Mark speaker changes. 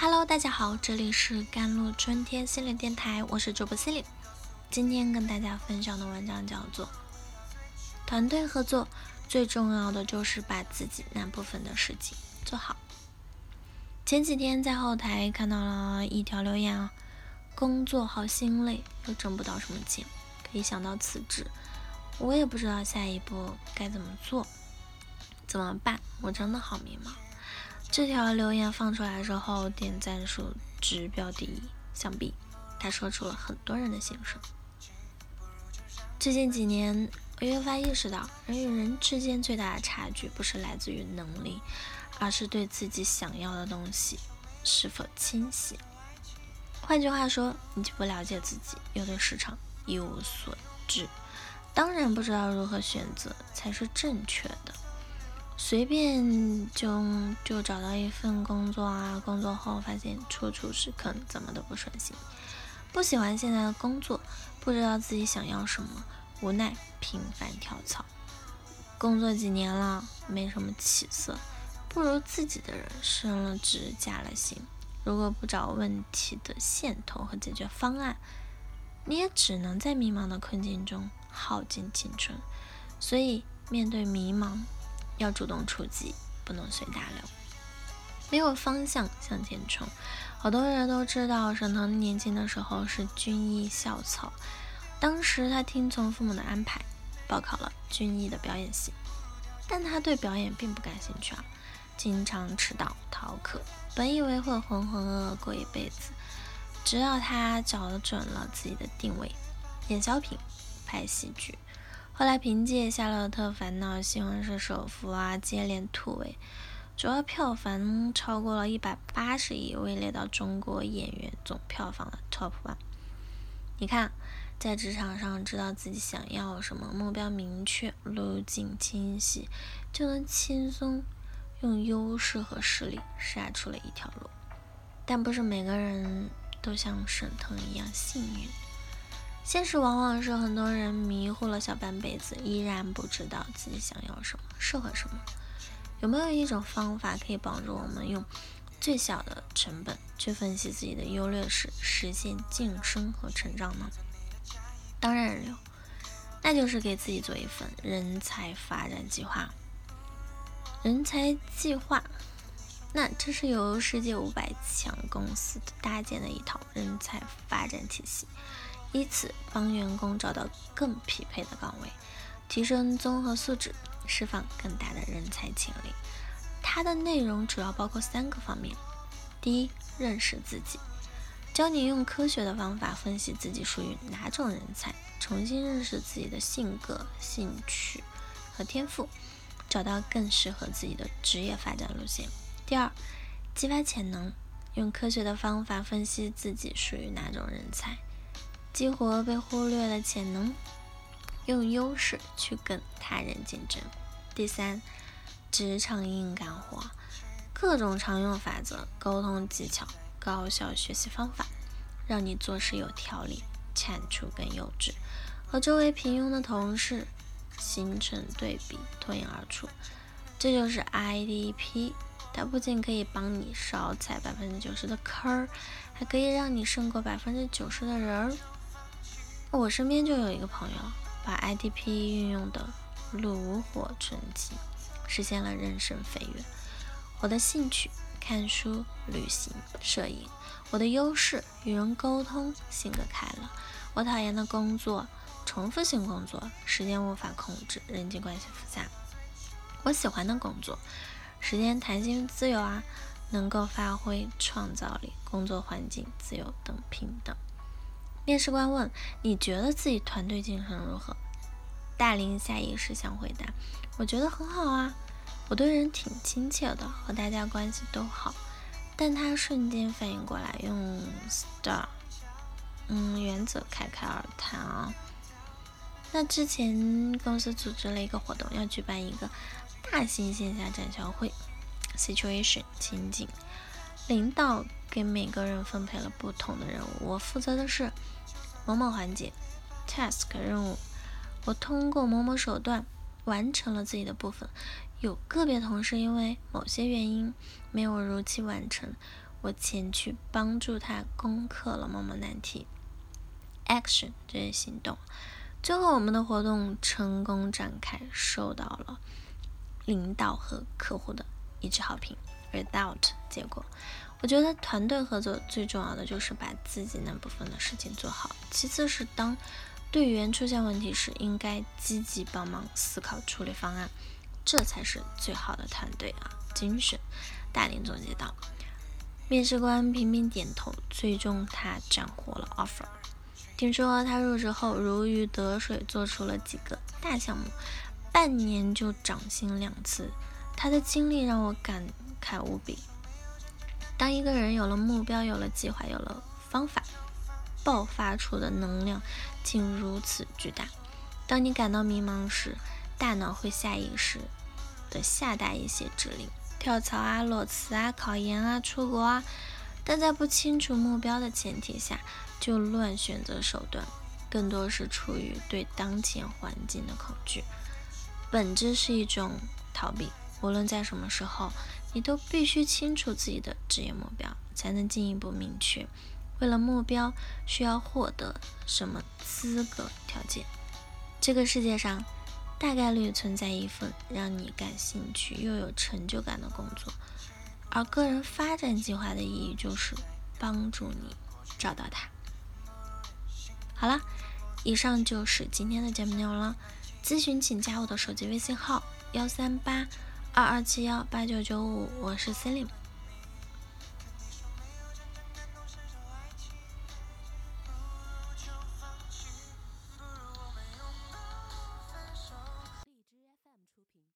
Speaker 1: Hello，大家好，这里是甘露春天心理电台，我是主播心理。今天跟大家分享的文章叫做团队合作最重要的就是把自己那部分的事情做好。前几天在后台看到了一条留言啊，工作好心累，又挣不到什么钱，可以想到辞职。我也不知道下一步该怎么做，怎么办？我真的好迷茫。这条留言放出来之后，点赞数直飙第一，想必他说出了很多人的心声。最近几年，我越发意识到，人与人之间最大的差距不是来自于能力，而是对自己想要的东西是否清晰。换句话说，你既不了解自己，又对市场一无所知，当然不知道如何选择才是正确的。随便就找到一份工作啊，工作后发现处处是坑，怎么都不顺心，不喜欢现在的工作，不知道自己想要什么，无奈频繁跳槽。工作几年了，没什么起色，不如自己的人升了职加了薪。如果不找问题的线头和解决方案，你也只能在迷茫的困境中耗尽青春。所以面对迷茫，要主动出击，不能随大流，没有方向向前冲。好多人都知道沈腾年轻的时候是军艺校草，当时他听从父母的安排，报考了军艺的表演系，但他对表演并不感兴趣啊，经常迟到逃课，本以为会浑浑噩噩过一辈子，直到他找准了自己的定位，演小品，拍戏剧。后来凭借《夏洛特烦恼》《西红柿首富》啊接连突围，主要票房超过了180亿，位列到中国演员总票房的 Top 1。你看，在职场上知道自己想要什么，目标明确，路径清晰，就能轻松用优势和实力杀出了一条路。但不是每个人都像沈腾一样幸运。现实往往是很多人迷糊了小半辈子，依然不知道自己想要什么，适合什么。有没有一种方法可以帮助我们用最小的成本去分析自己的优劣势，实现晋升和成长呢？当然有，那就是给自己做一份人才发展计划。人才计划，那这是由世界500强公司搭建的一套人才发展体系，以此帮员工找到更匹配的岗位，提升综合素质，释放更大的人才潜力。它的内容主要包括3个方面。第一，认识自己，教你用科学的方法分析自己属于哪种人才，重新认识自己的性格、兴趣和天赋，找到更适合自己的职业发展路线。第二，激发潜能，用科学的方法分析自己属于哪种人才，激活被忽略的潜能，用优势去跟他人竞争。第三，职场硬干活，各种常用法则、沟通技巧、高效学习方法，让你做事有条理，产出更优质，和周围平庸的同事形成对比，脱颖而出。这就是 IDP， 它不仅可以帮你少踩90%的坑，还可以让你胜过90%的人。我身边就有一个朋友，把 IDP 运用的炉火纯青，实现了人生飞跃。我的兴趣，看书、旅行、摄影；我的优势，与人沟通，性格开朗；我讨厌的工作，重复性工作，时间无法控制，人际关系复杂；我喜欢的工作，时间弹性自由啊，能够发挥创造力，工作环境自由等平等。面试官问，你觉得自己团队精神如何？大龄下意识想回答，我觉得很好啊，我对人挺亲切的，和大家关系都好。但他瞬间反应过来，用 STAR 原则侃侃而谈啊。那之前公司组织了一个活动，要举办一个大型线下展销会 situation 情景，领导给每个人分配了不同的任务，我负责的是某某环节 task 任务，我通过某某手段完成了自己的部分。有个别同事因为某些原因没有如期完成， 我前去帮助他攻克了某某难题。Action 这些行动，最后我们的活动成功展开，受到了领导和客户的一致好评。Result 结果，我觉得团队合作最重要的就是把自己那部分的事情做好，其次是当队员出现问题时，应该积极帮忙思考处理方案，这才是最好的团队精神。大林总结道，面试官频频点头，最终他斩获了 offer。听说他入职后如鱼得水，做出了几个大项目，半年就涨薪2次。他的经历让我感慨无比。当一个人有了目标，有了计划，有了方法，爆发出的能量竟如此巨大。当你感到迷茫时，大脑会下意识的下达一些指令，跳槽裸辞考研出国但在不清楚目标的前提下就乱选择手段，更多是出于对当前环境的恐惧，本质是一种逃避。无论在什么时候，你都必须清楚自己的职业目标，才能进一步明确为了目标需要获得什么资格条件。这个世界上大概率存在一份让你感兴趣又有成就感的工作，而个人发展计划的意义就是帮助你找到它。好了，以上就是今天的节目内容了。咨询请加我的手机微信号13822718995，我是 Celine。